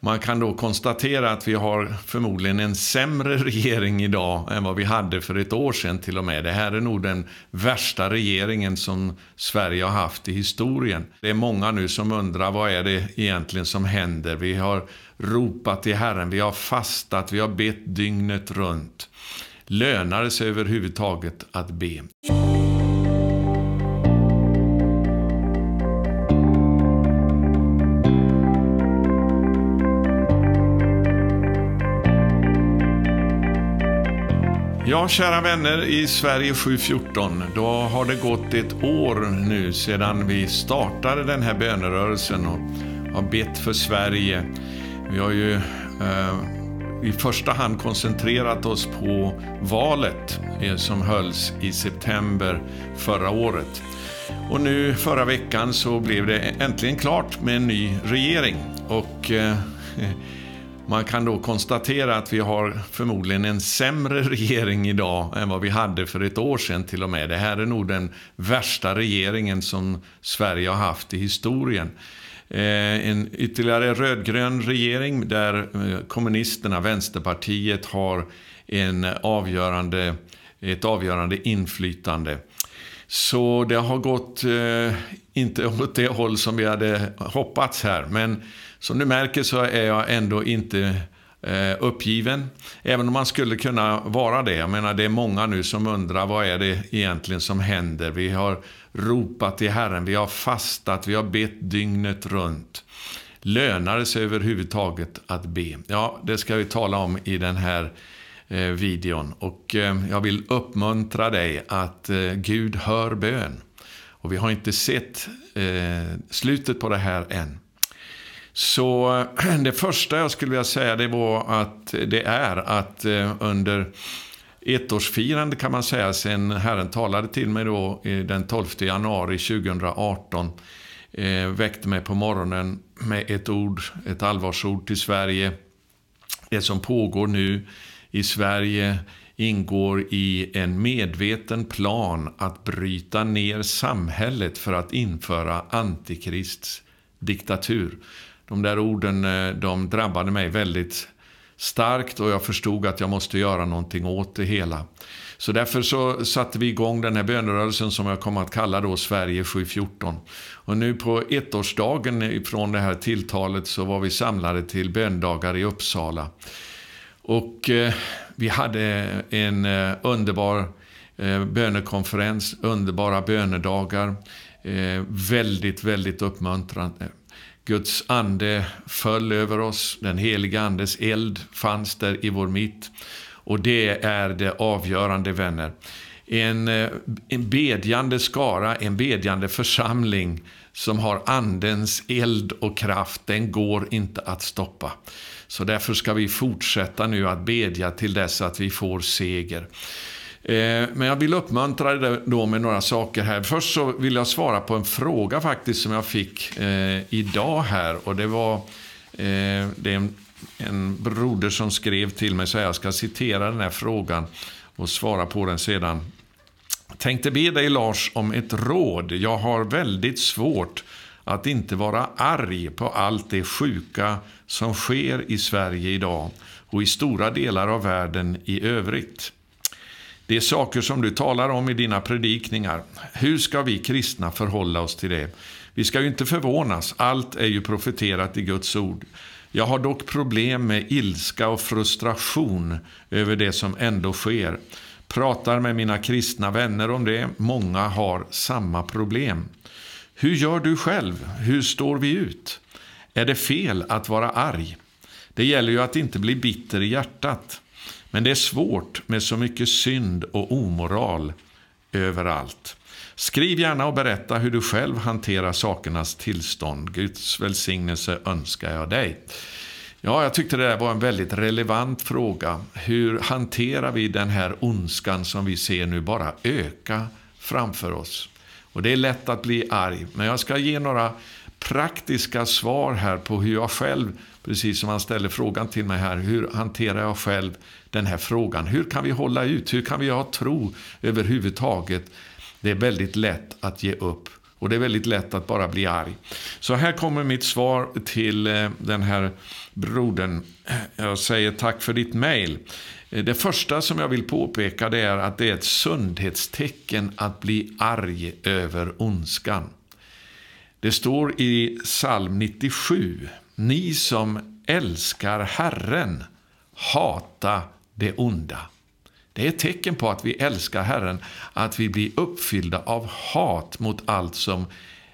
Man kan då konstatera att vi har förmodligen en sämre regering idag än vad vi hade för ett år sedan till och med. Det här är nog den värsta regeringen som Sverige har haft i historien. Det är många nu som undrar vad är det egentligen som händer. Vi har ropat till Herren, vi har fastat, vi har bett dygnet runt. Lönar det sig överhuvudtaget att be? Ja, kära vänner i Sverige 714, då har det gått ett år nu sedan vi startade den här bönerörelsen och har bett för Sverige. Vi har ju i första hand koncentrerat oss på valet som hölls i september förra året. Och nu förra veckan så blev det äntligen klart med en ny regering och man kan då konstatera att vi har förmodligen en sämre regering idag än vad vi hade för ett år sedan till och med. Det här är nog den värsta regeringen som Sverige har haft i historien. En ytterligare rödgrön regering där kommunisterna, Vänsterpartiet, har ett avgörande inflytande. Så det har gått inte åt det håll som vi hade hoppats här. Men som du märker så är jag ändå inte uppgiven. Även om man skulle kunna vara det. Jag menar, det är många nu som undrar vad är det egentligen som händer. Vi har ropat till Herren, vi har fastat, vi har bett dygnet runt. Lönar det sig överhuvudtaget att be? Ja, det ska vi tala om i den här videon. Och jag vill uppmuntra dig att Gud hör bön. Och vi har inte sett slutet på det här än. Så det första jag skulle vilja säga det var att under ettårsfirande kan man säga sen Herren talade till mig då den 12 januari 2018 väckte mig på morgonen med ett allvarsord till Sverige. Det som pågår nu i Sverige ingår i en medveten plan att bryta ner samhället för att införa antikrists diktatur. De där orden de drabbade mig väldigt starkt och jag förstod att jag måste göra någonting åt det hela. Så därför så satte vi igång den här bönerörelsen som jag kommer att kalla då Sverige 714. Och nu på ettårsdagen ifrån det här tilltalet så var vi samlade till böndagar i Uppsala. Och vi hade en underbar bönekonferens, underbara bönedagar. Väldigt, väldigt uppmuntrande. Guds ande föll över oss, den heliga andes eld fanns där i vår mitt. Och det är det avgörande, vänner. En bedjande skara, en bedjande församling som har andens eld och kraft, den går inte att stoppa. Så därför ska vi fortsätta nu att bedja till dess att vi får seger. Men jag vill uppmuntra det då med några saker här. Först så vill jag svara på en fråga faktiskt som jag fick idag här. Och det var det är en broder som skrev till mig så jag ska citera den här frågan och svara på den sedan. Tänkte be dig Lars om ett råd. Jag har väldigt svårt att inte vara arg på allt det sjuka som sker i Sverige idag och i stora delar av världen i övrigt. Det är saker som du talar om i dina predikningar. Hur ska vi kristna förhålla oss till det? Vi ska ju inte förvånas. Allt är ju profeterat i Guds ord. Jag har dock problem med ilska och frustration över det som ändå sker. Pratar med mina kristna vänner om det. Många har samma problem. Hur gör du själv? Hur står vi ut? Är det fel att vara arg? Det gäller ju att inte bli bitter i hjärtat. Men det är svårt med så mycket synd och omoral överallt. Skriv gärna och berätta hur du själv hanterar sakernas tillstånd. Guds välsignelse önskar jag dig. Ja, jag tyckte det där var en väldigt relevant fråga. Hur hanterar vi den här ondskan som vi ser nu bara öka framför oss? Och det är lätt att bli arg. Men jag ska ge några praktiska svar här på hur jag själv, precis som han ställer frågan till mig här, hur hanterar jag själv den här frågan? Hur kan vi hålla ut? Hur kan vi ha tro överhuvudtaget? Det är väldigt lätt att ge upp Och det är väldigt lätt att bara bli arg. Så här kommer mitt svar till den här brodern. Jag säger tack för ditt mejl. Det första som jag vill påpeka, det är att det är ett sundhetstecken att bli arg över ondskan. Det står i psalm 97: ni som älskar Herren, hata det onda. Det är ett tecken på att vi älskar Herren, att vi blir uppfyllda av hat mot allt som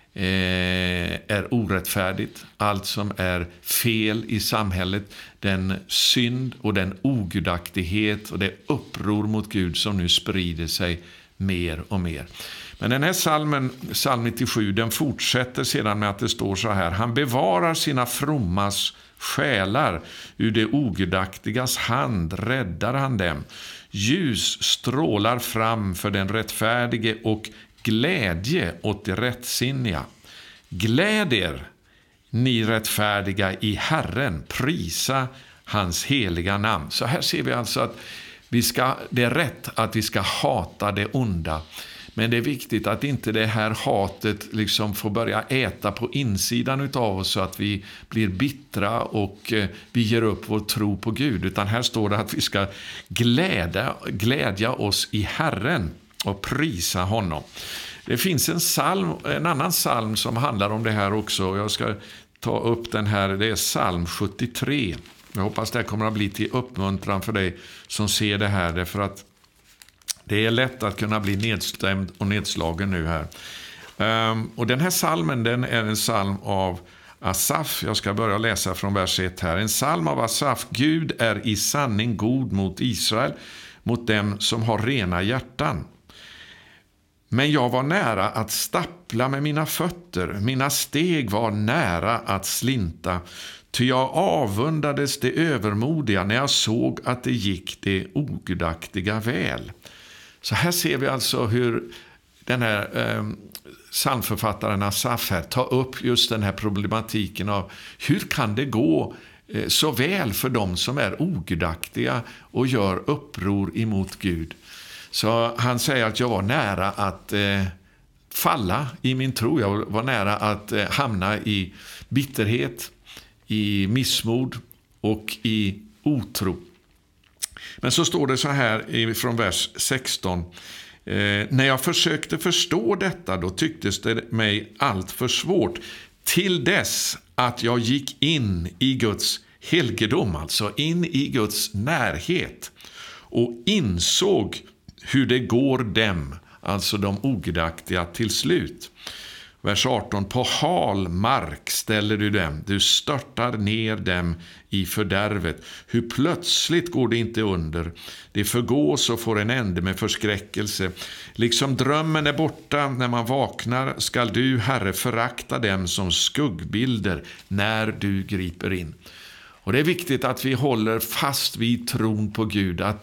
är orättfärdigt, allt som är fel i samhället, den synd och den ogudaktighet och det uppror mot Gud som nu sprider sig mer och mer. Men den här psalm 97, den fortsätter sedan med att det står så här: han bevarar sina frommas själar, ur det ogudaktigas hand räddar han dem. Ljus strålar fram för den rättfärdige och glädje åt de rättsinniga. Gläd er, ni rättfärdiga i Herren, prisa hans heliga namn. Så här ser vi alltså att det är rätt att vi ska hata det onda. Men det är viktigt att inte det här hatet liksom får börja äta på insidan utav oss så att vi blir bittra och vi ger upp vår tro på Gud. Utan här står det att vi ska glädja oss i Herren och prisa honom. Det finns en annan psalm som handlar om det här också. Jag ska ta upp den här, det är psalm 73. Jag hoppas det kommer att bli till uppmuntran för dig som ser det här, därför att det är lätt att kunna bli nedstämd och nedslagen nu här. Och den här psalmen, den är en psalm av Asaf. Jag ska börja läsa från vers 1 här. En psalm av Asaf. Gud är i sanning god mot Israel, mot dem som har rena hjärtan. Men jag var nära att stappla med mina fötter. Mina steg var nära att slinta. Ty jag avundades det övermodiga när jag såg att det gick det ogudaktiga väl. Så här ser vi alltså hur den här psalmförfattaren Asaf här tar upp just den här problematiken av hur kan det gå så väl för dem som är ogudaktiga och gör uppror emot Gud. Så han säger att jag var nära att falla i min tro. Jag var nära att hamna i bitterhet, i missmod och i otro. Men så står det så här från vers 16. När jag försökte förstå detta, då tycktes det mig allt för svårt. Till dess att jag gick in i Guds helgedom, alltså in i Guds närhet, och insåg hur det går dem, alltså de ogudaktiga, till slut. Vers 18. På hal mark ställer du dem, du störtar ner dem i fördärvet. Hur plötsligt går det inte under. Det förgås och får en ände med förskräckelse. Liksom drömmen är borta när man vaknar, skall du, Herre, förakta dem som skuggbilder när du griper in. Och det är viktigt att vi håller fast vid tron på Gud, att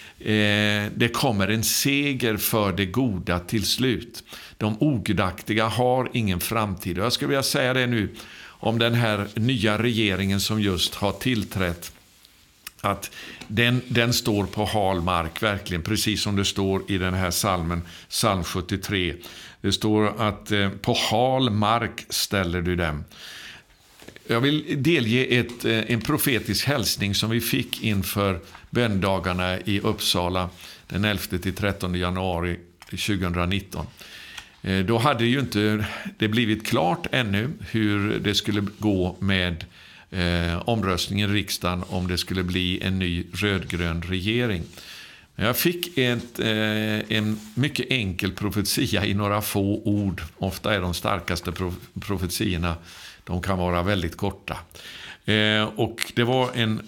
det kommer en seger för det goda till slut. De ogudaktiga har ingen framtid. Och jag skulle vilja säga det nu om den här nya regeringen som just har tillträtt, att den står på hal mark, verkligen, precis som det står i den här psalmen, psalm 73. Det står att på hal mark ställer du dem. Jag vill delge en profetisk hälsning som vi fick inför böndagarna i Uppsala den 11-13 januari 2019. Då hade ju inte det blivit klart ännu hur det skulle gå med omröstningen i riksdagen, om det skulle bli en ny rödgrön regering. Jag fick en mycket enkel profetia i några få ord. Ofta är de starkaste profetiorna, de kan vara väldigt korta. Och det var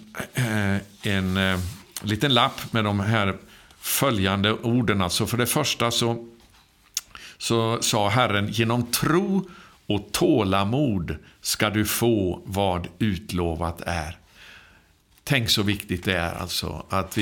en liten lapp med de här följande orden. Alltså för det första så sa Herren: genom tro och tålamod ska du få vad utlovat är. Tänk så viktigt det är alltså att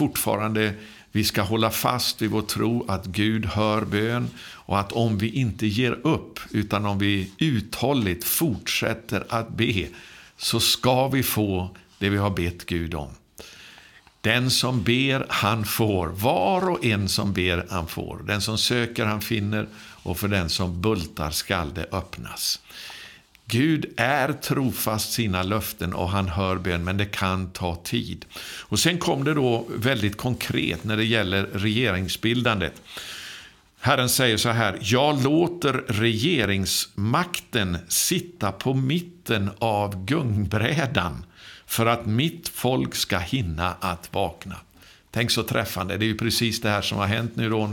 vi ska hålla fast vid vår tro att Gud hör bön, och att om vi inte ger upp utan om vi uthålligt fortsätter att be, så ska vi få det vi har bett Gud om. Den som ber, han får. Var och en som ber, han får. Den som söker, han finner. Och för den som bultar skall det öppnas. Gud är trofast sina löften och han hör bön, men det kan ta tid. Och sen kom det då väldigt konkret när det gäller regeringsbildandet. Herren säger så här: jag låter regeringsmakten sitta på mitten av gungbrädan för att mitt folk ska hinna att vakna. Tänk så träffande, det är ju precis det här som har hänt nu då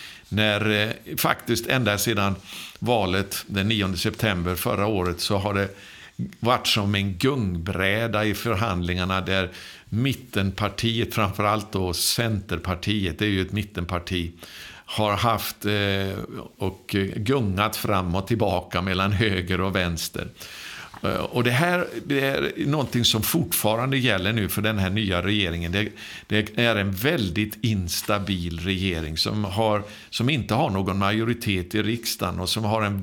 när faktiskt ända sedan valet den 9 september förra året så har det varit som en gungbräda i förhandlingarna där mittenpartiet, framförallt då Centerpartiet, det är ju ett mittenparti, har haft och gungat fram och tillbaka mellan höger och vänster. Och det är någonting som fortfarande gäller nu för den här nya regeringen. Det är en väldigt instabil regering som inte har någon majoritet i riksdagen och som har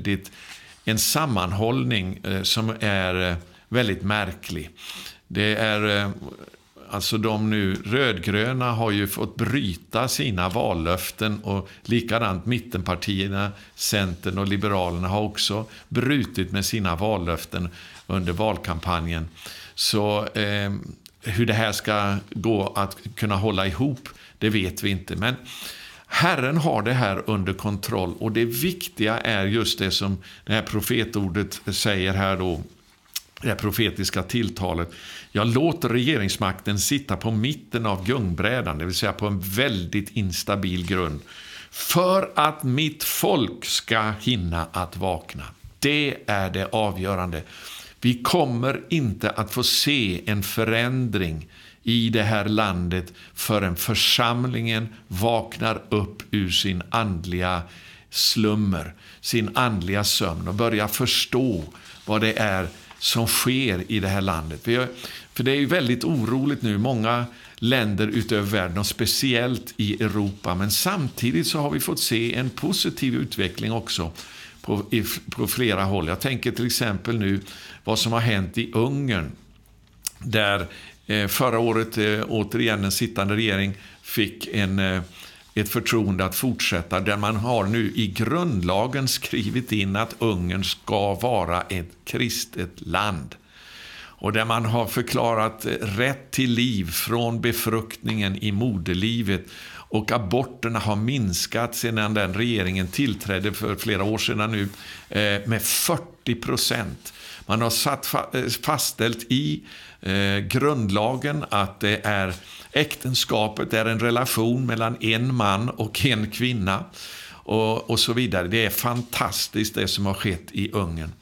en sammanhållning som är väldigt märklig. Det är alltså de nu rödgröna har ju fått bryta sina vallöften och likadant mittenpartierna, Centern och Liberalerna har också brutit med sina vallöften under valkampanjen. Så hur det här ska gå att kunna hålla ihop, det vet vi inte. Men Herren har det här under kontroll och det viktiga är just det som det här profetordet säger här då. Det här profetiska tilltalet. Jag låter regeringsmakten sitta på mitten av gungbrädan, det vill säga på en väldigt instabil grund, för att mitt folk ska hinna att vakna. Det är det avgörande. Vi kommer inte att få se en förändring i det här landet förrän församlingen vaknar upp ur sin andliga slummer, sin andliga sömn och börjar förstå vad det är som sker i det här landet. För det är ju väldigt oroligt nu, många länder utöver världen och speciellt i Europa. Men samtidigt så har vi fått se en positiv utveckling också på flera håll. Jag tänker till exempel nu vad som har hänt i Ungern. Där förra året återigen en sittande regering fick ett förtroende att fortsätta, där man har nu i grundlagen skrivit in att Ungern ska vara ett kristet land. Och där man har förklarat rätt till liv från befruktningen i moderlivet, och aborterna har minskat sedan den regeringen tillträdde för flera år sedan nu med 40%. Man har fastställt i grundlagen att det är äktenskapet är en relation mellan en man och en kvinna och så vidare. Det är fantastiskt det som har skett i Ungern.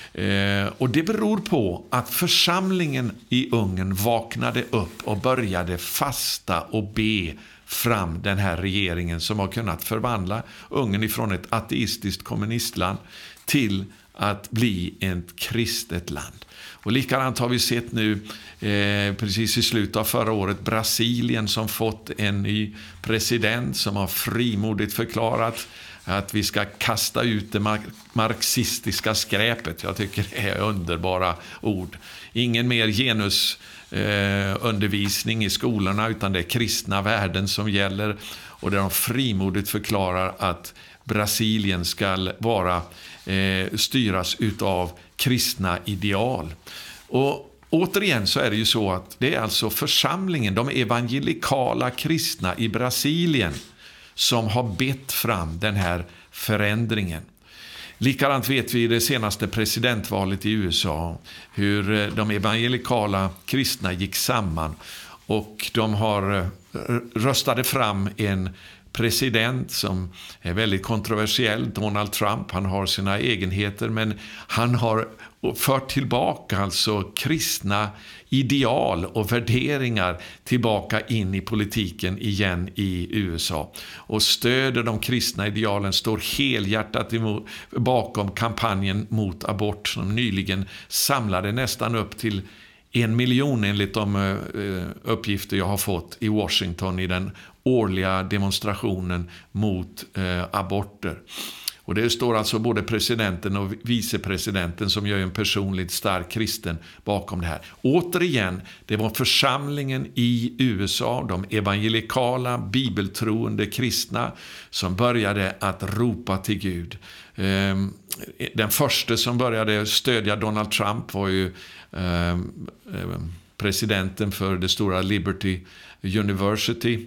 Och det beror på att församlingen i Ungern vaknade upp och började fasta och be fram den här regeringen som har kunnat förvandla Ungern ifrån ett ateistiskt kommunistland till att bli ett kristet land. Och likadant har vi sett nu precis i slutet av förra året Brasilien som fått en ny president som har frimodigt förklarat att vi ska kasta ut det marxistiska skräpet. Jag tycker det är underbara ord. Ingen mer genusundervisning i skolorna, utan det är kristna värden som gäller. Och där de frimodigt förklarar att Brasilien ska styras utav kristna ideal. Och återigen så är det ju så att det är alltså församlingen, de evangelikala kristna i Brasilien, som har bett fram den här förändringen. Likadant vet vi i det senaste presidentvalet i USA hur de evangelikala kristna gick samman och de röstade fram en president som är väldigt kontroversiell, Donald Trump. Han har sina egenheter, men han har fört tillbaka alltså kristna ideal och värderingar tillbaka in i politiken igen i USA. Och stöder de kristna idealen, står helhjärtat bakom kampanjen mot abort som nyligen samlade nästan upp till 1 miljon enligt de uppgifter jag har fått i Washington i den årliga demonstrationen mot aborter. Och det står alltså både presidenten och vicepresidenten som gör en personligt stark kristen bakom det här. Återigen, det var församlingen i USA, de evangelikala, bibeltroende kristna som började att ropa till Gud. Den första som började stödja Donald Trump var ju presidenten för det stora Liberty University,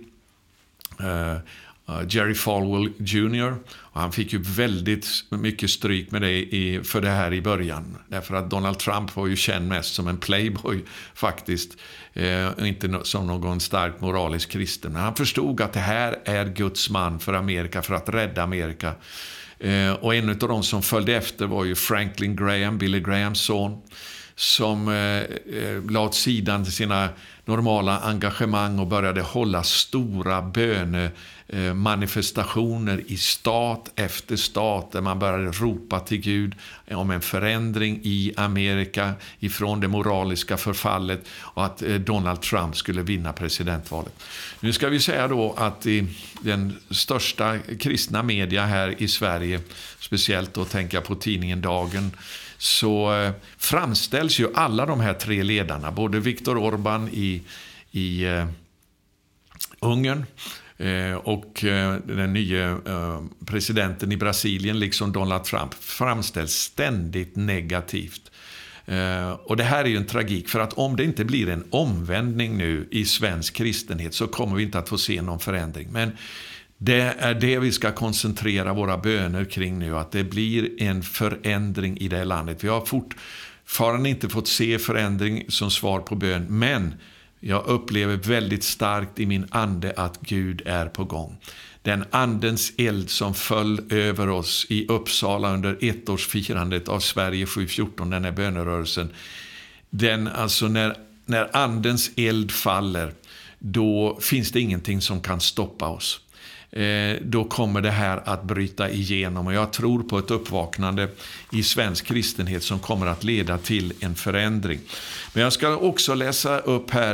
Jerry Falwell Jr. Och han fick ju väldigt mycket stryk med det för det här i början. Därför att Donald Trump var ju känd mest som en playboy faktiskt. Inte som någon stark moralisk kristen. Men han förstod att det här är Guds man för Amerika, för att rädda Amerika. Och en av de som följde efter var ju Franklin Graham, Billy Grahams son, som la åt sidan sina normala engagemang och började hålla stora bönemanifestationer i stat efter stat där man började ropa till Gud om en förändring i Amerika ifrån det moraliska förfallet och att Donald Trump skulle vinna presidentvalet. Nu ska vi säga då att i den största kristna media här i Sverige, speciellt då tänker jag på tidningen Dagen, så framställs ju alla de här tre ledarna, både Viktor Orbán i Ungern och den nya presidenten i Brasilien, liksom Donald Trump, framställs ständigt negativt. Och det här är ju en tragik, för att om det inte blir en omvändning nu i svensk kristenhet så kommer vi inte att få se någon förändring. Men det är det vi ska koncentrera våra böner kring nu, att det blir en förändring i det här landet. Vi har fortfarande inte fått se förändring som svar på bön, men jag upplever väldigt starkt i min ande att Gud är på gång. Den andens eld som föll över oss i Uppsala under ettårsfirandet av Sverige 714, den här bönerörelsen. Alltså när andens eld faller, då finns det ingenting som kan stoppa oss. Då kommer det här att bryta igenom, och jag tror på ett uppvaknande i svensk kristenhet som kommer att leda till en förändring. Men jag ska också läsa upp här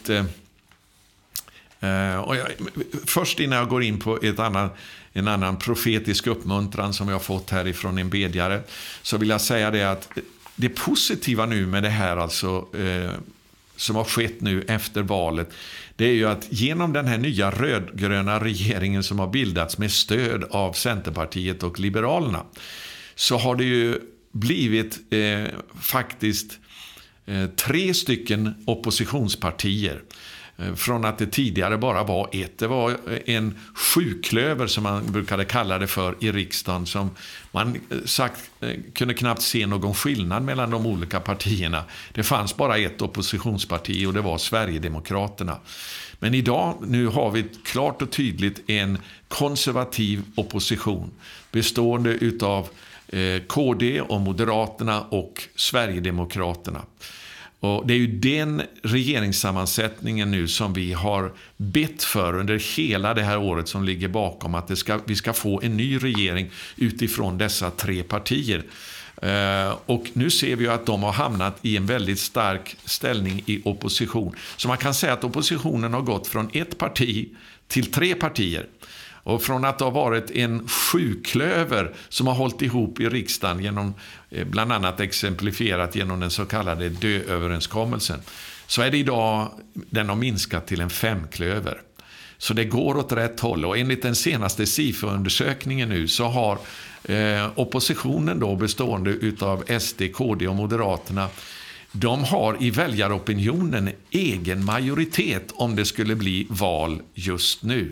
först innan jag går in på en annan profetisk uppmuntran som jag har fått härifrån en bedjare, så vill jag säga det att det positiva nu med det här alltså som har skett nu efter valet, det är ju att genom den här nya rödgröna regeringen som har bildats med stöd av Centerpartiet och Liberalerna, så har det ju blivit faktiskt 3 stycken oppositionspartier. Från att det tidigare bara var ett. Det var en sjuklöver som man brukade kalla det för i riksdagen, som man kunde knappt se någon skillnad mellan de olika partierna. Det fanns bara ett oppositionsparti och det var Sverigedemokraterna. Men idag, nu har vi klart och tydligt en konservativ opposition bestående utav KD och Moderaterna och Sverigedemokraterna. Och det är ju den regeringssammansättningen nu som vi har bett för under hela det här året som ligger bakom, att vi ska få en ny regering utifrån dessa 3 partier. Och nu ser vi ju att de har hamnat i en väldigt stark ställning i opposition. Så man kan säga att oppositionen har gått från ett parti till 3 partier. Och från att ha varit en sjuklöver som har hållit ihop i riksdagen genom, bland annat exemplifierat genom den så kallade dööverenskommelsen, så är det idag, den har minskat till en 5-klöver. Så det går åt rätt håll, och enligt den senaste SIFO-undersökningen nu så har oppositionen då bestående utav SD, KD och Moderaterna, de har i väljaropinionen egen majoritet om det skulle bli val just nu.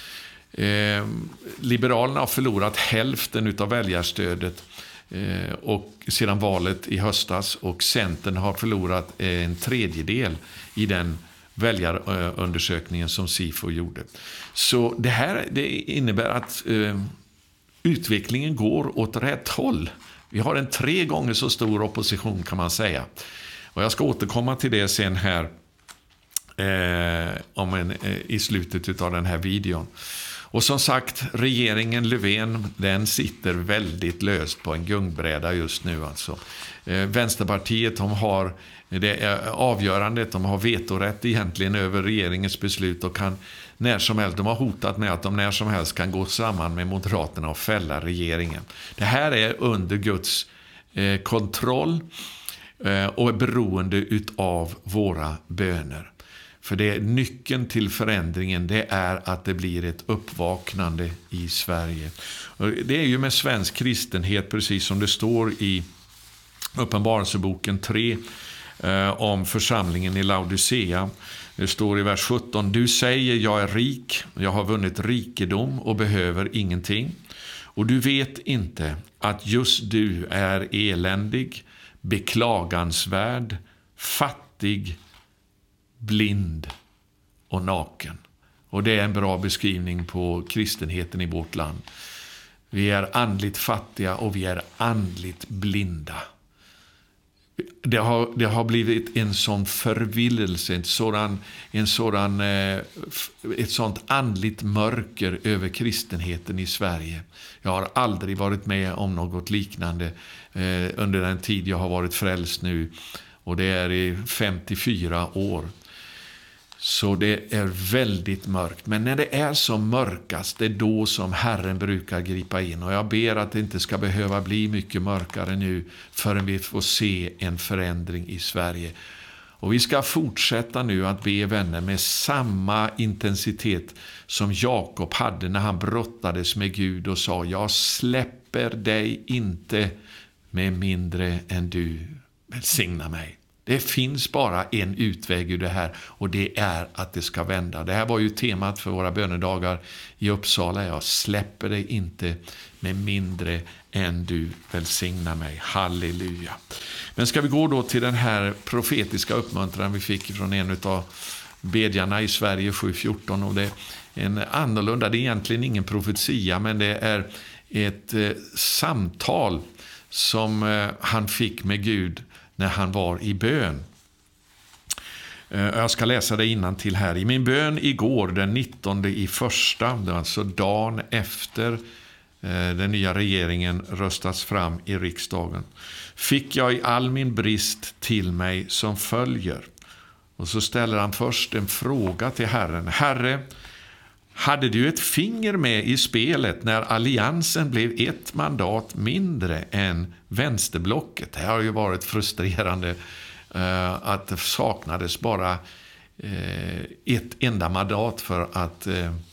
Liberalerna har förlorat hälften utav väljarstödet och sedan valet i höstas, och Centern har förlorat en tredjedel i den väljarundersökningen som SIFO gjorde. Så det innebär att utvecklingen går åt rätt håll. Vi har en 3 gånger så stor opposition, kan man säga. Och jag ska återkomma till det sen här i slutet av den här videon. Och som sagt, regeringen Löfven, den sitter väldigt löst på en gungbräda just nu. Alltså. Vänsterpartiet, de har Det är avgörande att de har vetorätt egentligen över regeringens beslut och kan när som helst, de har hotat med att de när som helst kan gå samman med Moderaterna och fälla regeringen. Det här är under Guds kontroll och är beroende utav våra böner. För det är nyckeln till förändringen, det är att det blir ett uppvaknande i Sverige. Och det är ju med svensk kristenhet, precis som det står i Uppenbarelseboken 3 om församlingen i Laodicea. Det står i vers 17: Du säger jag är rik, jag har vunnit rikedom och behöver ingenting. Och du vet inte att just du är eländig, beklagansvärd, fattig, blind och naken. Och det är en bra beskrivning på kristenheten i vårt land. Vi är andligt fattiga och vi är andligt blinda. Det har blivit en sån förvillelse, ett sånt andligt mörker över kristenheten i Sverige. Jag har aldrig varit med om något liknande under den tid jag har varit frälst nu. Och det är i 54 år. Så det är väldigt mörkt. Men när det är som mörkast, det är då som Herren brukar gripa in. Och jag ber att det inte ska behöva bli mycket mörkare nu förrän vi får se en förändring i Sverige. Och vi ska fortsätta nu att be, vänner, med samma intensitet som Jakob hade när han brottades med Gud och sa: jag släpper dig inte med mindre än du välsignar mig. Det finns bara en utväg ur det här, och det är att det ska vända. Det här var ju temat för våra bönedagar i Uppsala. Jag släpper dig inte med mindre än du välsignar mig. Halleluja. Men ska vi gå då till den här profetiska uppmuntran vi fick från en av bedjarna i Sverige 7:14, och det är en annorlunda, det är egentligen ingen profetia, men det är ett samtal som han fick med Gud när han var i bön. Jag ska läsa det innantill här. I min bön igår den 19/1, det var alltså dagen efter den nya regeringen röstats fram i riksdagen, fick jag i all min brist till mig som följer. Och så ställer han först en fråga till Herren. Herre, hade du ett finger med i spelet när alliansen blev ett mandat mindre än vänsterblocket? Det har ju varit frustrerande att det saknades bara ett enda mandat för att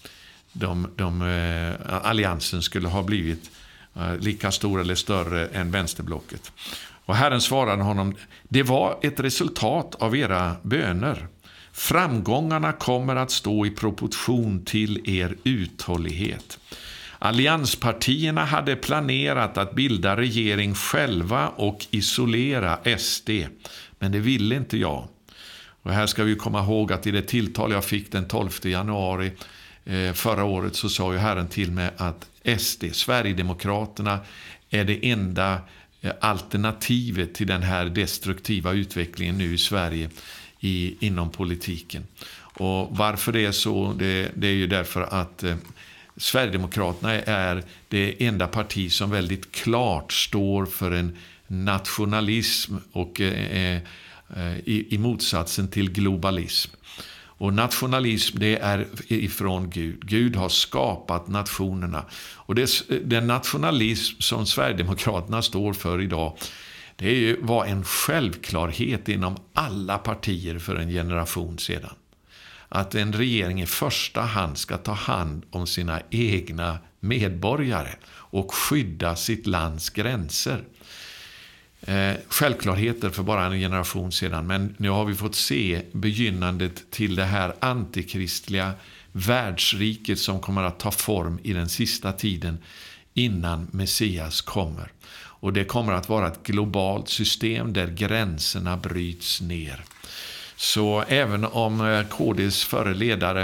alliansen skulle ha blivit lika stor eller större än vänsterblocket. Och Herren svarade honom: det var ett resultat av era böner. Framgångarna kommer att stå i proportion till er uthållighet. Allianspartierna hade planerat att bilda regering själva och isolera SD, men det ville inte jag. Och här ska vi komma ihåg att i det tilltal jag fick den 12 januari förra året så sa ju Herren till mig att SD, Sverigedemokraterna, är det enda alternativet till den här destruktiva utvecklingen nu i Sverige inom politiken. Och varför det är så, det är ju därför att Sverigedemokraterna är det enda parti som väldigt klart står för en nationalism och i motsatsen till globalism. Och nationalism, det är ifrån Gud. Gud har skapat nationerna. Och den nationalism som Sverigedemokraterna står för idag, det var en självklarhet inom alla partier för en generation sedan. Att en regering i första hand ska ta hand om sina egna medborgare och skydda sitt lands gränser. Självklarheter för bara en generation sedan, men nu har vi fått se begynnandet till det här antikristliga världsriket som kommer att ta form i den sista tiden innan Messias kommer. Och det kommer att vara ett globalt system där gränserna bryts ner. Så även om KDs föreledare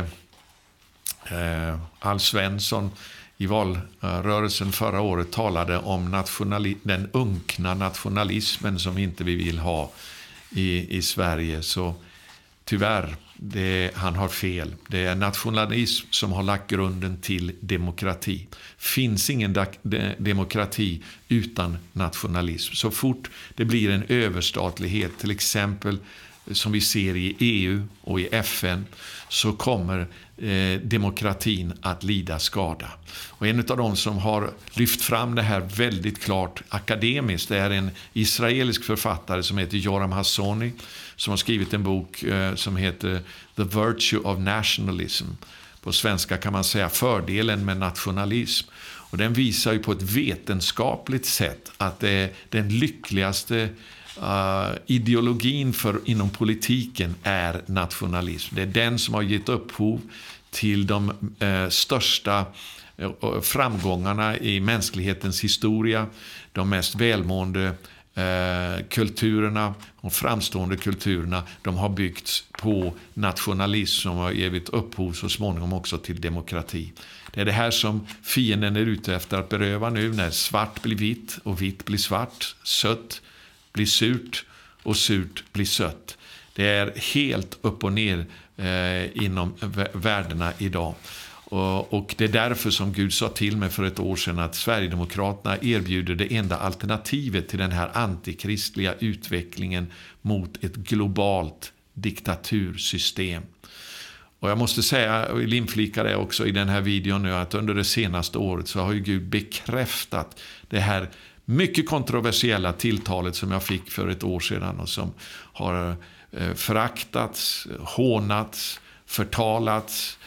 Alf Svensson i valrörelsen förra året talade om den unkna nationalismen som inte vi vill ha i Sverige, så tyvärr han har fel. Det är nationalism som har lagt grunden till demokrati. Finns ingen demokrati utan nationalism. Så fort det blir en överstatlighet, till exempel som vi ser i EU och i FN, så kommer demokratin att lida skada. Och en av de som har lyft fram det här väldigt klart akademiskt är en israelisk författare som heter Yoram Hassoni, som har skrivit en bok som heter The Virtue of Nationalism. På svenska kan man säga fördelen med nationalism. Och den visar ju på ett vetenskapligt sätt att det är den lyckligaste ideologin inom politiken är nationalism. Det är den som har gett upphov till de största framgångarna i mänsklighetens historia, de mest välmående kulturerna och framstående kulturerna, de har byggts på nationalism som har givit upphov så småningom också till demokrati. Det är det här som fienden är ute efter att beröva nu, när svart blir vitt och vitt blir svart, sött blir surt och surt blir sött. Det är helt upp och ner inom värdena idag. Och det är därför som Gud sa till mig för ett år sedan att Sverigedemokraterna erbjuder det enda alternativet till den här antikristliga utvecklingen mot ett globalt diktatursystem. Och jag måste säga, och inflika det också i den här videon nu, att under det senaste året så har ju Gud bekräftat det här mycket kontroversiella tilltalet som jag fick för ett år sedan och som har föraktats, hånats, förtalats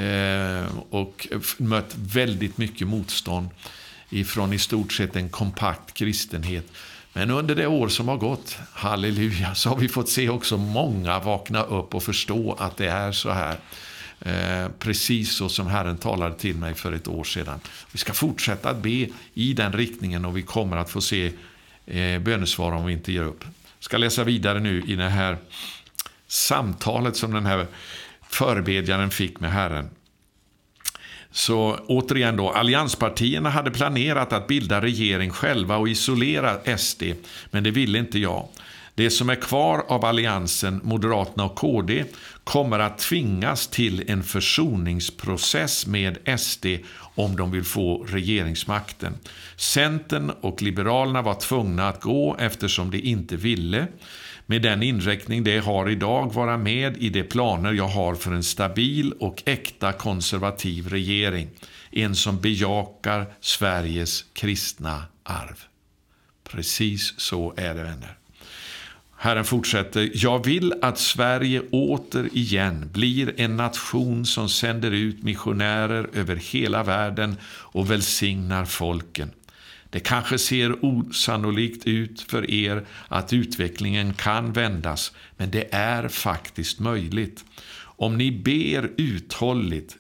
och mött väldigt mycket motstånd ifrån i stort sett en kompakt kristenhet. Men under det år som har gått, halleluja, så har vi fått se också många vakna upp och förstå att det är så här. Precis så som Herren talade till mig för ett år sedan. Vi ska fortsätta att be i den riktningen och vi kommer att få se bönesvar om vi inte ger upp. Jag ska läsa vidare nu i det här samtalet som den här förebedjaren fick med Herren. Så återigen då, allianspartierna hade planerat att bilda regering själva och isolera SD, men det ville inte jag. Det som är kvar av alliansen, Moderaterna och KD, kommer att tvingas till en försoningsprocess med SD om de vill få regeringsmakten. Centern och Liberalerna var tvungna att gå eftersom de inte ville. Med den inriktning det har idag vara med i de planer jag har för en stabil och äkta konservativ regering. En som bejakar Sveriges kristna arv. Precis så är det, vänner. Herren fortsätter: jag vill att Sverige återigen blir en nation som sänder ut missionärer över hela världen och välsignar folken. Det kanske ser osannolikt ut för er att utvecklingen kan vändas, men det är faktiskt möjligt. Om ni ber uthålligt,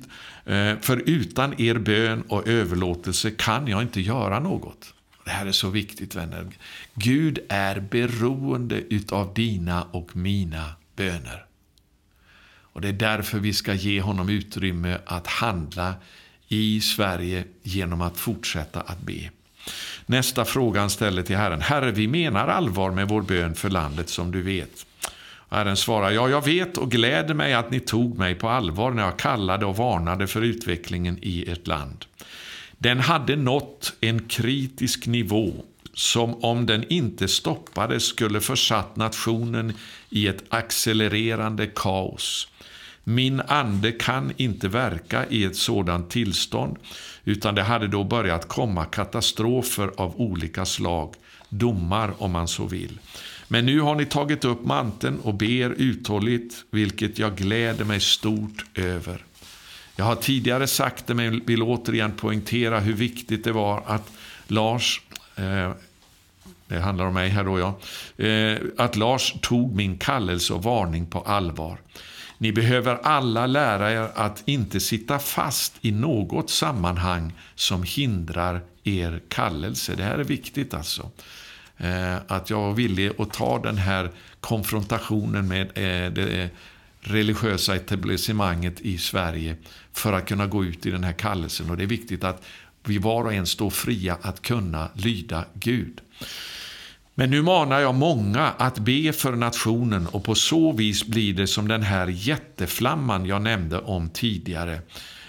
för utan er bön och överlåtelse kan jag inte göra något. Det här är så viktigt, vänner. Gud är beroende utav dina och mina böner. Och det är därför vi ska ge honom utrymme att handla i Sverige genom att fortsätta att be. Nästa fråga han ställer till Herren: Herre, vi menar allvar med vår bön för landet som du vet. Herren svarar: ja, jag vet och gläder mig att ni tog mig på allvar när jag kallade och varnade för utvecklingen i ert land. Den hade nått en kritisk nivå som om den inte stoppades skulle försatt nationen i ett accelererande kaos. Min ande kan inte verka i ett sådant tillstånd, utan det hade då börjat komma katastrofer av olika slag, domar om man så vill. Men nu har ni tagit upp manteln och ber uthålligt, vilket jag gläder mig stort över. Jag har tidigare sagt det, men vill återigen poängtera hur viktigt det var att Lars, det handlar om mig här då, att Lars tog min kallelse och varning på allvar. Ni behöver alla lära er att inte sitta fast i något sammanhang som hindrar er kallelse. Det här är viktigt alltså. Att jag var villig att ta den här konfrontationen med det religiösa etablissemanget i Sverige för att kunna gå ut i den här kallelsen. Och det är viktigt att vi var och en står fria att kunna lyda Gud. Men nu manar jag många att be för nationen, och på så vis blir det som den här jätteflamman jag nämnde om tidigare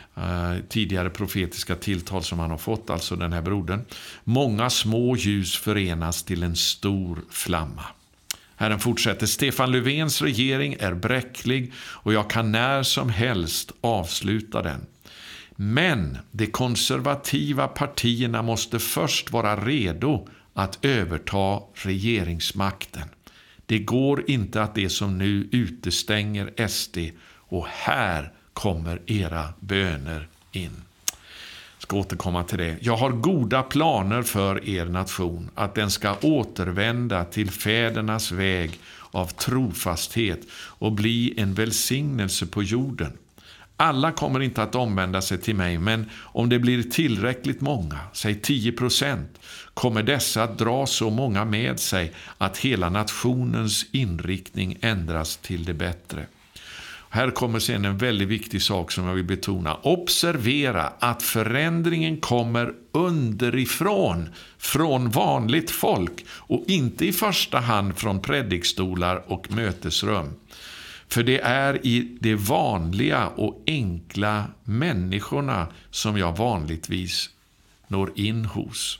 profetiska tilltal som han har fått, alltså den här brodern. Många små ljus förenas till en stor flamma. Herren fortsätter: Stefan Löfvens regering är bräcklig och jag kan när som helst avsluta den. Men de konservativa partierna måste först vara redo att överta regeringsmakten. Det går inte att det som nu utestänger SD, och här kommer era böner in. Jag ska återkomma till det. Jag har goda planer för er nation, att den ska återvända till fädernas väg av trofasthet och bli en välsignelse på jorden. Alla kommer inte att omvända sig till mig, men om det blir tillräckligt många, säg 10%, kommer dessa att dra så många med sig att hela nationens inriktning ändras till det bättre. Här kommer sen en väldigt viktig sak som jag vill betona. Observera att förändringen kommer underifrån, från vanligt folk, och inte i första hand från predikstolar och mötesrum. För det är i de vanliga och enkla människorna som jag vanligtvis når in hos.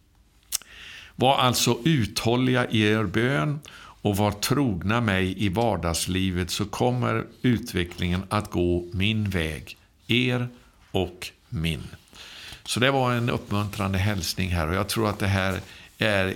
Var alltså uthålliga i er bön och var trogna mig i vardagslivet, så kommer utvecklingen att gå min väg, er och min. Så det var en uppmuntrande hälsning här, och jag tror att det här är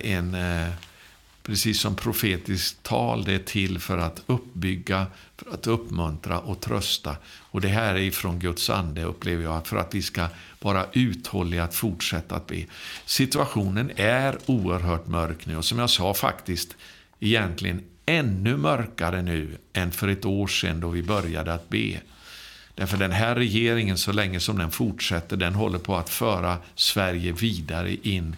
precis som profetiskt tal, det är till för att uppbygga, för att uppmuntra och trösta. Och det här är ifrån Guds ande, upplever jag, för att vi ska vara uthålliga att fortsätta att be. Situationen är oerhört mörk nu, och som jag sa faktiskt egentligen ännu mörkare nu än för ett år sedan då vi började att be. Därför den här regeringen, så länge som den fortsätter, den håller på att föra Sverige vidare in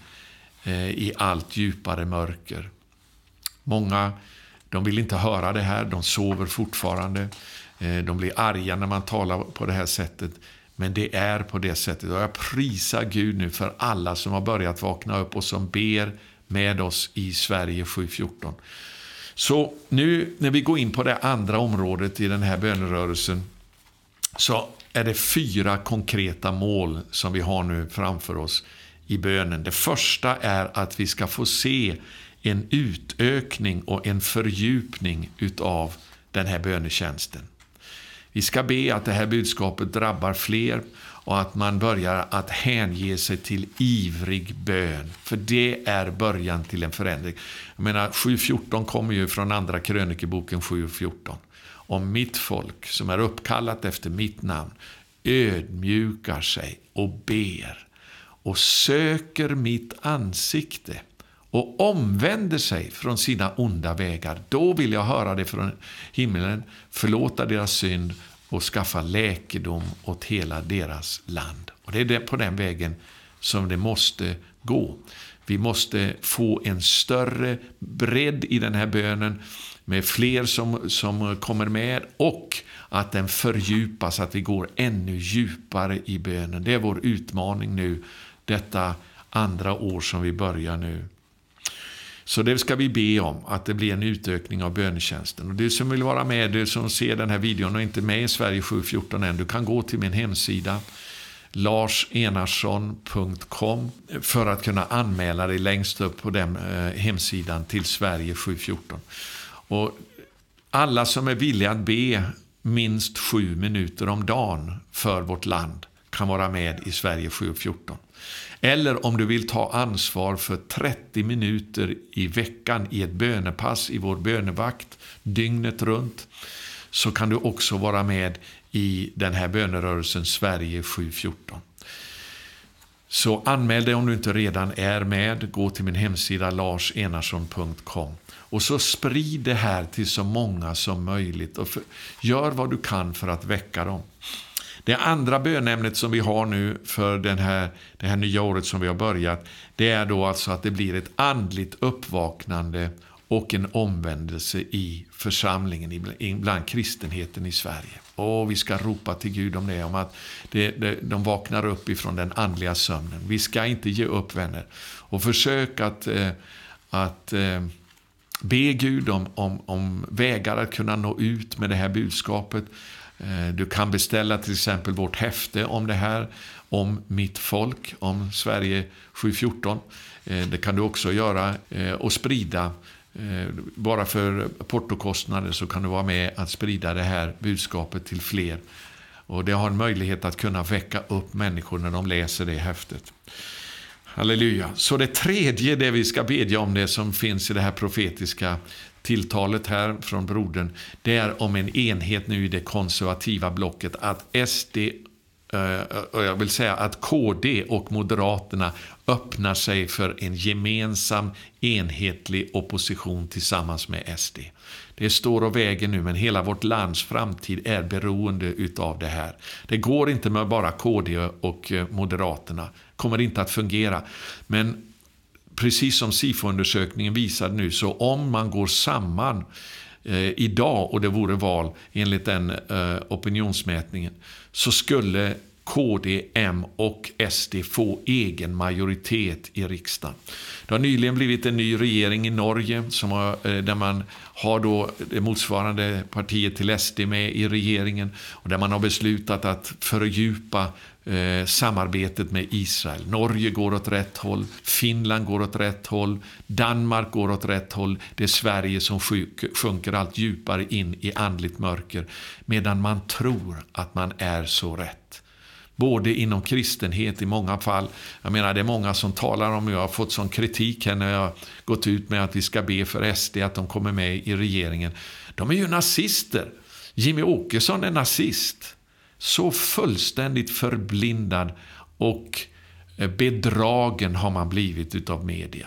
i allt djupare mörker. Många, de vill inte höra det här, de sover fortfarande. De blir arga när man talar på det här sättet. Men det är på det sättet. Och jag prisar Gud nu för alla som har börjat vakna upp och som ber med oss i Sverige 714. Så nu när vi går in på det andra området i den här bönerörelsen, så är det 4 konkreta mål som vi har nu framför oss i bönen. Det första är att vi ska få se en utökning och en fördjupning utav den här bönetjänsten. Vi ska be att det här budskapet drabbar fler och att man börjar att hänge sig till ivrig bön. För det är början till en förändring. Jag menar, 7.14 kommer ju från andra krönikeboken 7.14. Om mitt folk som är uppkallat efter mitt namn ödmjukar sig och ber och söker mitt ansikte och omvänder sig från sina onda vägar, då vill jag höra det från himlen, förlåta deras synd och skaffa läkedom åt hela deras land. Och det är på den vägen som det måste gå. Vi måste få en större bredd i den här bönen med fler som kommer med, och att den fördjupas, att vi går ännu djupare i bönen. Det är vår utmaning nu, detta andra år som vi börjar nu. Så det ska vi be om, att det blir en utökning av bönetjänsten. Och du som vill vara med, du som ser den här videon och inte med i Sverige 714 än, du kan gå till min hemsida larsenarsson.com för att kunna anmäla dig längst upp på den hemsidan till Sverige 714. Och alla som är villiga att be minst 7 minuter om dagen för vårt land kan vara med i Sverige 714. Eller om du vill ta ansvar för 30 minuter i veckan i ett bönepass i vår bönevakt dygnet runt, så kan du också vara med i den här bönerörelsen Sverige 714. Så anmäl dig om du inte redan är med. Gå till min hemsida larsenarsson.com och så sprid det här till så många som möjligt och gör vad du kan för att väcka dem. Det andra bönämnet som vi har nu för det här nya året som vi har börjat, det är då alltså att det blir ett andligt uppvaknande och en omvändelse i församlingen, bland kristenheten i Sverige. Och vi ska ropa till Gud om det, om att de vaknar upp ifrån den andliga sömnen. Vi ska inte ge upp, vänner. Och försök att be Gud om vägar att kunna nå ut med det här budskapet. Du kan beställa till exempel vårt häfte om det här, om mitt folk, om Sverige 714. Det kan du också göra och sprida. Bara för portokostnader så kan du vara med att sprida det här budskapet till fler. Och det har en möjlighet att kunna väcka upp människor när de läser det häftet. Halleluja. Så det tredje, det vi ska bedja om, det som finns i det här profetiska tilltalet här från brodern, det är om en enhet nu i det konservativa blocket, att SD, och jag vill säga att KD och Moderaterna öppnar sig för en gemensam enhetlig opposition tillsammans med SD. Det står och väger nu, men hela vårt lands framtid är beroende utav det här. Det går inte med bara KD och Moderaterna. Kommer inte att fungera. Men precis som SIFO-undersökningen visar nu, så om man går samman idag och det vore val enligt den opinionsmätningen, så skulle KD, M och SD få egen majoritet i riksdagen. Det har nyligen blivit en ny regering i Norge där man har då det motsvarande partiet till SD med i regeringen, och där man har beslutat att fördjupa samarbetet med Israel. Norge går åt rätt håll, Finland går åt rätt håll, Danmark går åt rätt håll. Det är Sverige som sjunker allt djupare in i andligt mörker, medan man tror att man är så rätt. Både inom kristenhet i många fall. Jag menar, det är många som talar om, jag har fått sån kritik här när jag har gått ut med att vi ska be för SD att de kommer med i regeringen. De är ju nazister. Jimmy Åkesson är nazist. Så fullständigt förblindad och bedragen har man blivit utav media.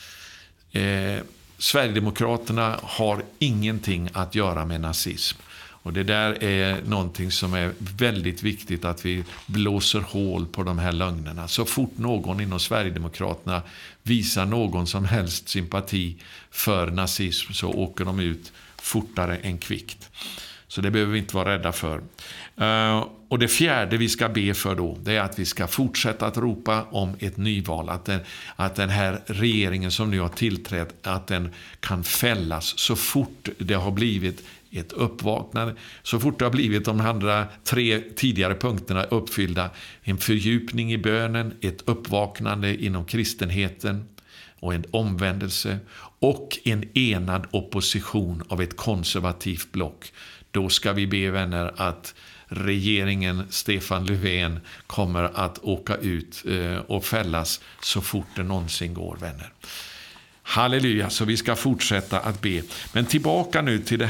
Sverigedemokraterna har ingenting att göra med nazism. Och det där är någonting som är väldigt viktigt, att vi blåser hål på de här lögnerna. Så fort någon inom Sverigedemokraterna visar någon som helst sympati för nazism, så åker de ut fortare än kvickt. Så det behöver vi inte vara rädda för. Och det fjärde vi ska be för då, det är att vi ska fortsätta att ropa om ett nyval. Att den här regeringen som nu har tillträtt, att den kan fällas så fort det har blivit ett uppvaknande, så fort det har blivit de andra 3 tidigare punkterna uppfyllda. En fördjupning i bönen, ett uppvaknande inom kristenheten och en omvändelse och en enad opposition av ett konservativt block. Då ska vi be, vänner, att regeringen Stefan Löfven kommer att åka ut och fällas så fort det någonsin går, vänner. Halleluja, så vi ska fortsätta att be. Men tillbaka nu till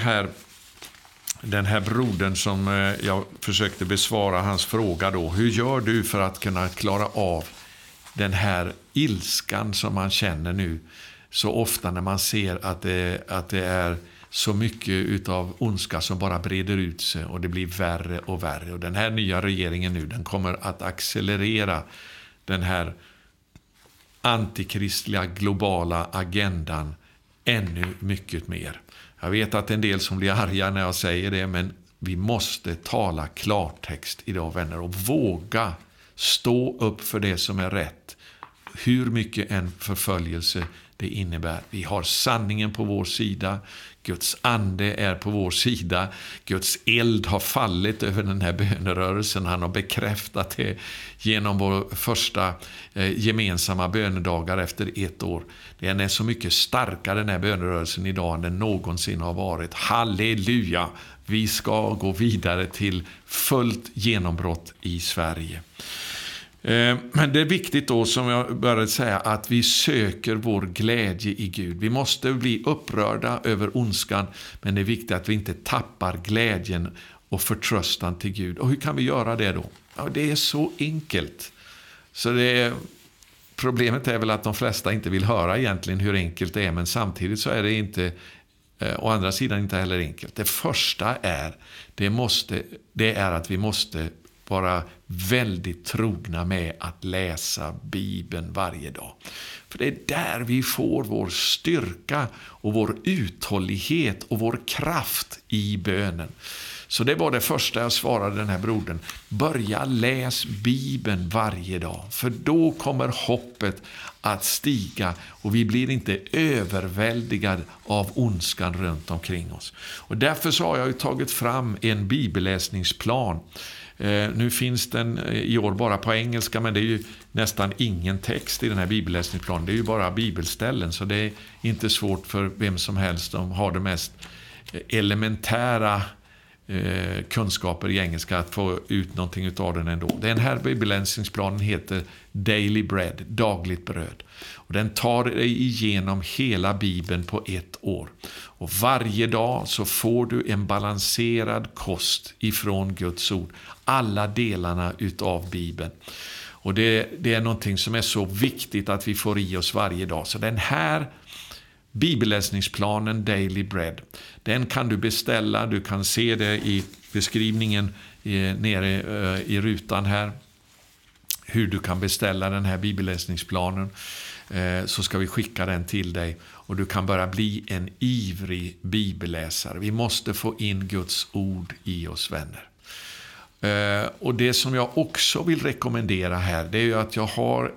den här brodern som jag försökte besvara hans fråga då. Hur gör du för att kunna klara av den här ilskan som man känner nu så ofta när man ser att det är så mycket utav ondska som bara breder ut sig och det blir värre och värre. Och den här nya regeringen nu, den kommer att accelerera den här antikristliga globala agendan ännu mycket mer. Jag vet att en del som blir arga när jag säger det, men vi måste tala klartext idag, vänner, och våga stå upp för det som är rätt. Hur mycket en förföljelse det innebär. Vi har sanningen på vår sida. Guds ande är på vår sida. Guds eld har fallit över den här bönerörelsen. Han har bekräftat det genom vår första gemensamma bönedagar efter 1 år. Den är så mycket starkare, den här bönerörelsen idag, än den någonsin har varit. Halleluja! Vi ska gå vidare till fullt genombrott i Sverige. Men det är viktigt då, som jag började säga, att vi söker vår glädje i Gud. Vi måste bli upprörda över ondskan, men det är viktigt att vi inte tappar glädjen och förtröstan till Gud. Och hur kan vi göra det då? Ja, det är så enkelt. Så problemet är väl att de flesta inte vill höra egentligen hur enkelt det är, men samtidigt så är det inte, å andra sidan inte heller enkelt. Det första är, det är att vi måste vara väldigt trogna med att läsa Bibeln varje dag. För det är där vi får vår styrka och vår uthållighet och vår kraft i bönen. Så det var det första jag svarade den här brodern. Börja läs Bibeln varje dag. För då kommer hoppet att stiga och vi blir inte överväldigade av ondskan runt omkring oss. Och därför så har jag ju tagit fram en bibelläsningsplan. Nu finns den i år bara på engelska, men det är ju nästan ingen text i den här bibelläsningsplanen. Det är ju bara bibelställen, så det är inte svårt för vem som helst som har det mest elementära kunskaper i engelska att få ut någonting av den ändå. Den här bibelläsningsplanen heter Daily Bread, dagligt bröd. Och den tar dig igenom hela Bibeln på ett år. Och varje dag så får du en balanserad kost ifrån Guds ord. Alla delarna utav Bibeln. Och det är någonting som är så viktigt att vi får i oss varje dag. Så den här bibelläsningsplanen Daily Bread, den kan du beställa. Du kan se det i beskrivningen nere i rutan här. Hur du kan beställa den här bibelläsningsplanen. Så ska vi skicka den till dig. Och du kan börja bli en ivrig bibelläsare. Vi måste få in Guds ord i oss, vänner. Och det som jag också vill rekommendera här, det är ju att jag har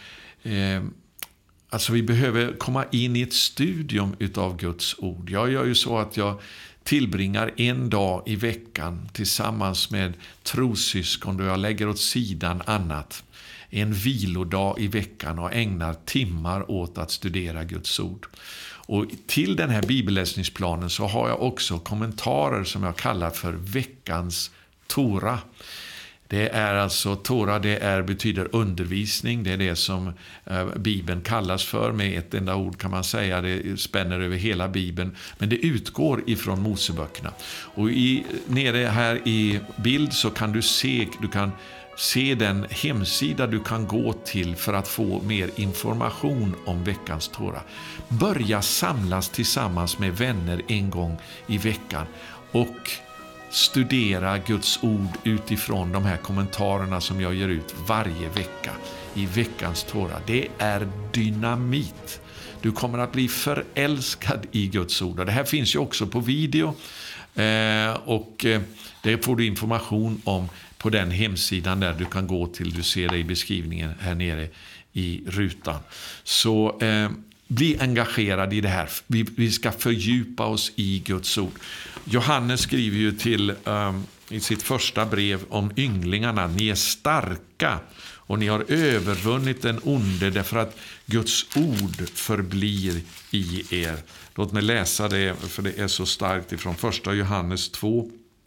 alltså vi behöver komma in i ett studium utav Guds ord. Jag gör ju så att jag tillbringar en dag i veckan tillsammans med trossyskon då jag lägger åt sidan annat. En vilodag i veckan och ägnar timmar åt att studera Guds ord. Och till den här bibelläsningsplanen så har jag också kommentarer som jag kallar för veckans Tora. Det är alltså, Tora betyder undervisning, det är det som Bibeln kallas för, med ett enda ord kan man säga, det spänner över hela Bibeln, men det utgår ifrån Moseböckerna. Och nere här i bild så kan du se den hemsida du kan gå till för att få mer information om veckans Tora. Börja samlas tillsammans med vänner en gång i veckan och studera Guds ord utifrån de här kommentarerna som jag ger ut varje vecka i veckans Tora. Det är dynamit. Du kommer att bli förälskad i Guds ord. Och det här finns ju också på video och det får du information om på den hemsidan där du kan gå till. Du ser det i beskrivningen här nere i rutan. Så bli engagerad i det här. Vi ska fördjupa oss i Guds ord. Johannes skriver ju i sitt första brev om ynglingarna. Ni är starka och ni har övervunnit den onde därför att Guds ord förblir i er. Låt mig läsa det, för det är så starkt, ifrån första Johannes 2.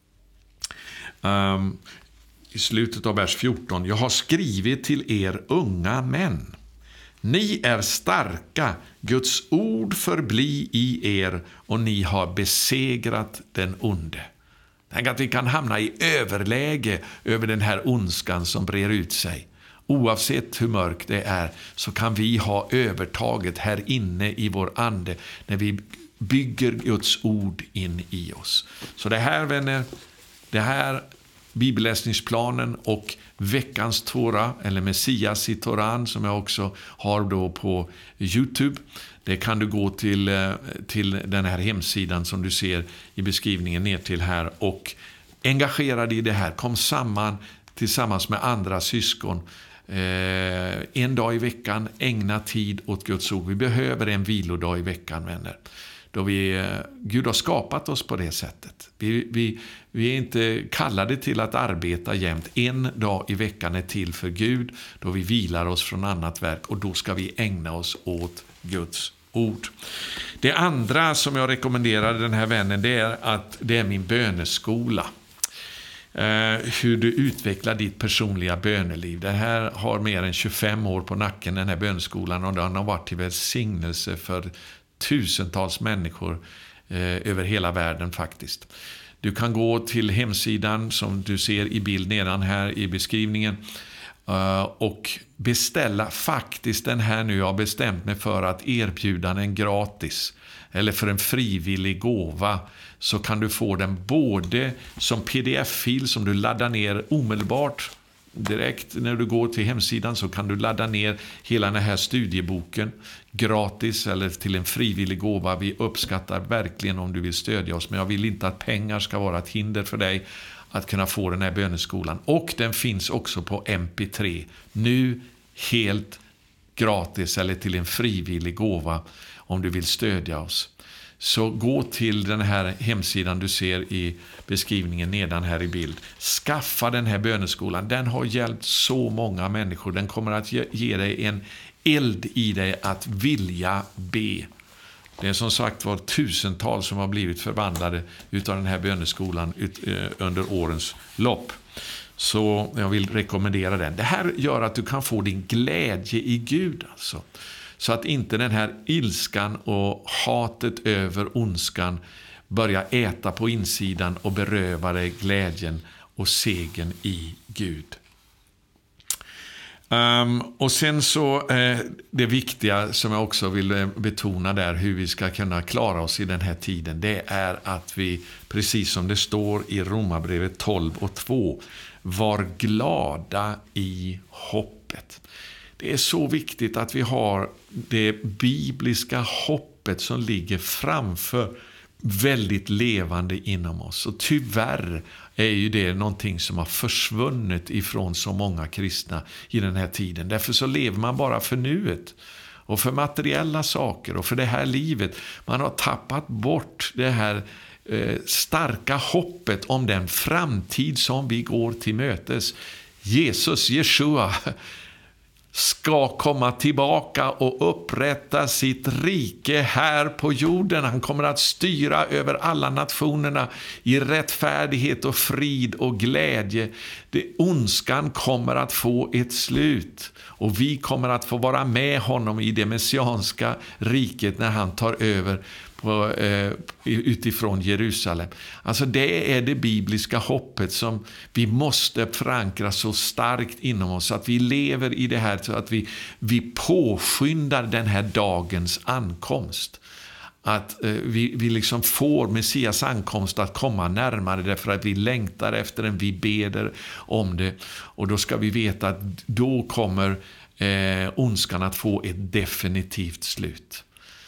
I slutet av vers 14. Jag har skrivit till er unga män. Ni är starka, Guds ord förbli i er och ni har besegrat den onde. Tänk att vi kan hamna i överläge över den här ondskan som brer ut sig. Oavsett hur mörkt det är så kan vi ha övertaget här inne i vår ande när vi bygger Guds ord in i oss. Så det här, vänner, det här bibelläsningsplanen och veckans Tora, eller Messias i Toran, som jag också har då på YouTube. Det kan du gå till den här hemsidan som du ser i beskrivningen ner till här och engagera dig i det här. Kom samman tillsammans med andra syskon. En dag i veckan, ägna tid åt Guds ord. Vi behöver en vilodag i veckan, vänner. Då Gud har skapat oss på det sättet. Vi är inte kallade till att arbeta jämt. En dag i veckan är till för Gud, då vi vilar oss från annat verk, och då ska vi ägna oss åt Guds ord. Det andra som jag rekommenderar den här vännen, det är min böneskola. Hur du utvecklar ditt personliga böneliv. Det här har mer än 25 år på nacken, den här böneskolan, och den har varit till välsignelse för tusentals människor över hela världen faktiskt. Du kan gå till hemsidan som du ser i bild nedan här i beskrivningen och beställa faktiskt den här nu. Jag har bestämt mig för att erbjuda den gratis eller för en frivillig gåva, så kan du få den både som pdf-fil som du laddar ner omedelbart direkt när du går till hemsidan så kan du ladda ner hela den här studieboken gratis eller till en frivillig gåva. Vi uppskattar verkligen om du vill stödja oss, men jag vill inte att pengar ska vara ett hinder för dig att kunna få den här böneskolan. Och den finns också på MP3. Nu helt gratis eller till en frivillig gåva om du vill stödja oss. Så gå till den här hemsidan du ser i beskrivningen nedan här i bild. Skaffa den här böneskolan. Den har hjälpt så många människor. Den kommer att ge dig en eld i dig att vilja be. Det är som sagt var tusentals som har blivit förvandlade utav den här böneskolan under årens lopp. Så jag vill rekommendera den. Det här gör att du kan få din glädje i Gud alltså. Så att inte den här ilskan och hatet över ondskan börjar äta på insidan och beröva dig glädjen och segern i Gud. Och sen så det viktiga som jag också vill betona där, hur vi ska kunna klara oss i den här tiden, det är att vi, precis som det står i Romarbrevet 12:2, var glada i hoppet. Det är så viktigt att vi har det bibliska hoppet som ligger framför väldigt levande inom oss. Och tyvärr är ju det någonting som har försvunnit ifrån så många kristna i den här tiden. Därför så lever man bara för nuet och för materiella saker och för det här livet. Man har tappat bort det här starka hoppet om den framtid som vi går till mötes. Jesus, Jeshua, ska komma tillbaka och upprätta sitt rike här på jorden. Han kommer att styra över alla nationerna i rättfärdighet och frid och glädje. Ondskan kommer att få ett slut. Och vi kommer att få vara med honom i det messianska riket när han tar över utifrån Jerusalem. Alltså det är det bibliska hoppet som vi måste förankra så starkt inom oss, så att vi lever i det här, så att vi påskyndar den här dagens ankomst. Att vi liksom får Messias ankomst att komma närmare, därför att vi längtar efter den, vi beder om det. Och då ska vi veta att då kommer ondskan att få ett definitivt slut.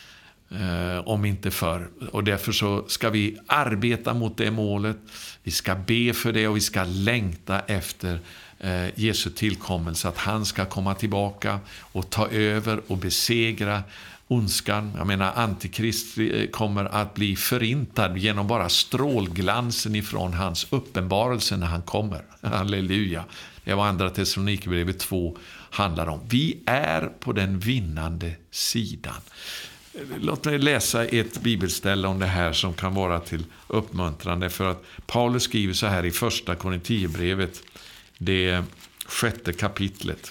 Om inte förr. Och därför så ska vi arbeta mot det målet. Vi ska be för det och vi ska längta efter Jesu tillkommelse, att han ska komma tillbaka och ta över och besegra ondskan. Jag menar, antikrist kommer att bli förintad genom bara strålglansen ifrån hans uppenbarelse när han kommer. Halleluja. Det var andra Thessalonikerbrevet 2 handlar om. Vi är på den vinnande sidan. Låt mig läsa ett bibelställe om det här som kan vara till uppmuntrande, för att Paulus skriver så här i första Korintierbrevet, det 6:e kapitlet.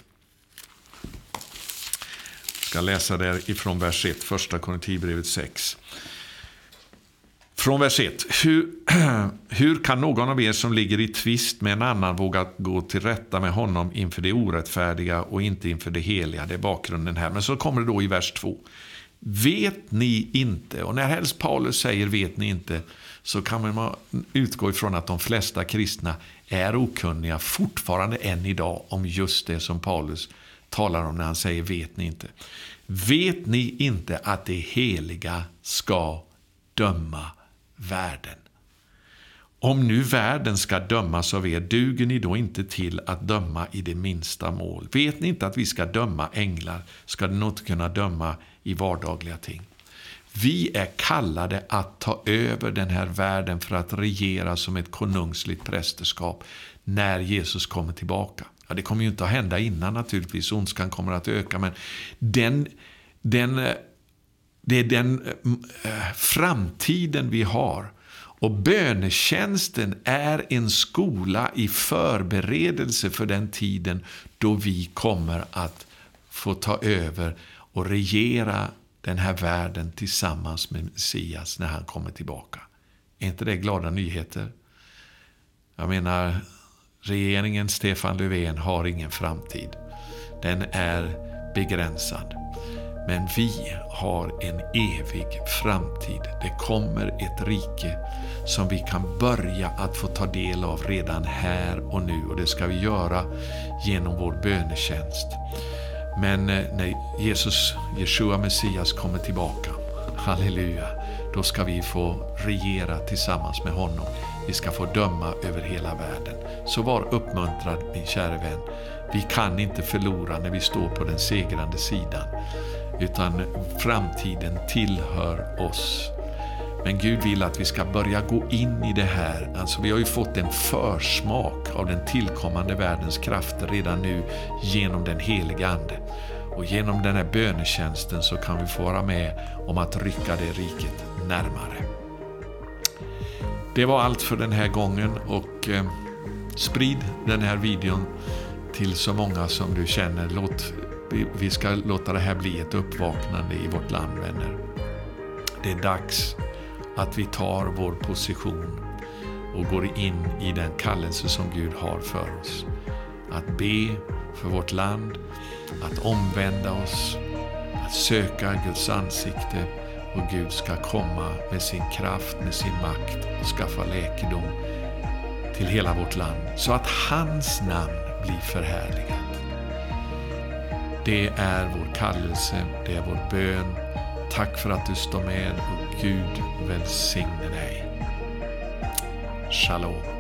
Jag ska läsa där ifrån vers 1, första Korintierbrevet 6. Från vers 1. Hur kan någon av er som ligger i tvist med en annan våga gå till rätta med honom inför det orättfärdiga och inte inför det heliga? Det är bakgrunden här. Men så kommer det då i vers 2. Vet ni inte, och när helst Paulus säger vet ni inte, så kan man utgå ifrån att de flesta kristna är okunniga fortfarande än idag om just det som Paulus talar om när han säger vet ni inte. Vet ni inte att det heliga ska döma världen? Om nu världen ska dömas av er, duger ni då inte till att döma i det minsta mål? Vet ni inte att vi ska döma änglar, ska ni inte kunna döma i vardagliga ting? Vi är kallade att ta över den här världen för att regera som ett konungsligt prästerskap när Jesus kommer tillbaka. Ja, det kommer ju inte att hända innan naturligtvis, ondskan kommer att öka, men det är den framtiden vi har. Och bönetjänsten är en skola i förberedelse för den tiden då vi kommer att få ta över och regera den här världen tillsammans med Messias när han kommer tillbaka. Är inte det glada nyheter? Jag menar, regeringen Stefan Löfven har ingen framtid. Den är begränsad. Men vi har en evig framtid. Det kommer ett rike som vi kan börja att få ta del av redan här och nu. Och det ska vi göra genom vår bönetjänst. Men när Jeshua Messias kommer tillbaka, halleluja, då ska vi få regera tillsammans med honom. Vi ska få döma över hela världen. Så var uppmuntrad, min kära vän. Vi kan inte förlora när vi står på den segrande sidan, utan framtiden tillhör oss. Men Gud vill att vi ska börja gå in i det här. Alltså vi har ju fått en försmak av den tillkommande världens krafter redan nu genom den heliga ande. Och genom den här bönetjänsten så kan vi få vara med om att rycka det riket närmare. Det var allt för den här gången, och sprid den här videon till så många som du känner. Vi ska låta det här bli ett uppvaknande i vårt land, vänner. Det är dags att vi tar vår position och går in i den kallelse som Gud har för oss. Att be för vårt land, att omvända oss, att söka Guds ansikte, och Gud ska komma med sin kraft, med sin makt och skaffa läkedom till hela vårt land, så att hans namn blir förhärligat. Det är vår kallelse, det är vår bön. Tack för att du står med, och Gud välsigne dig. Shalom.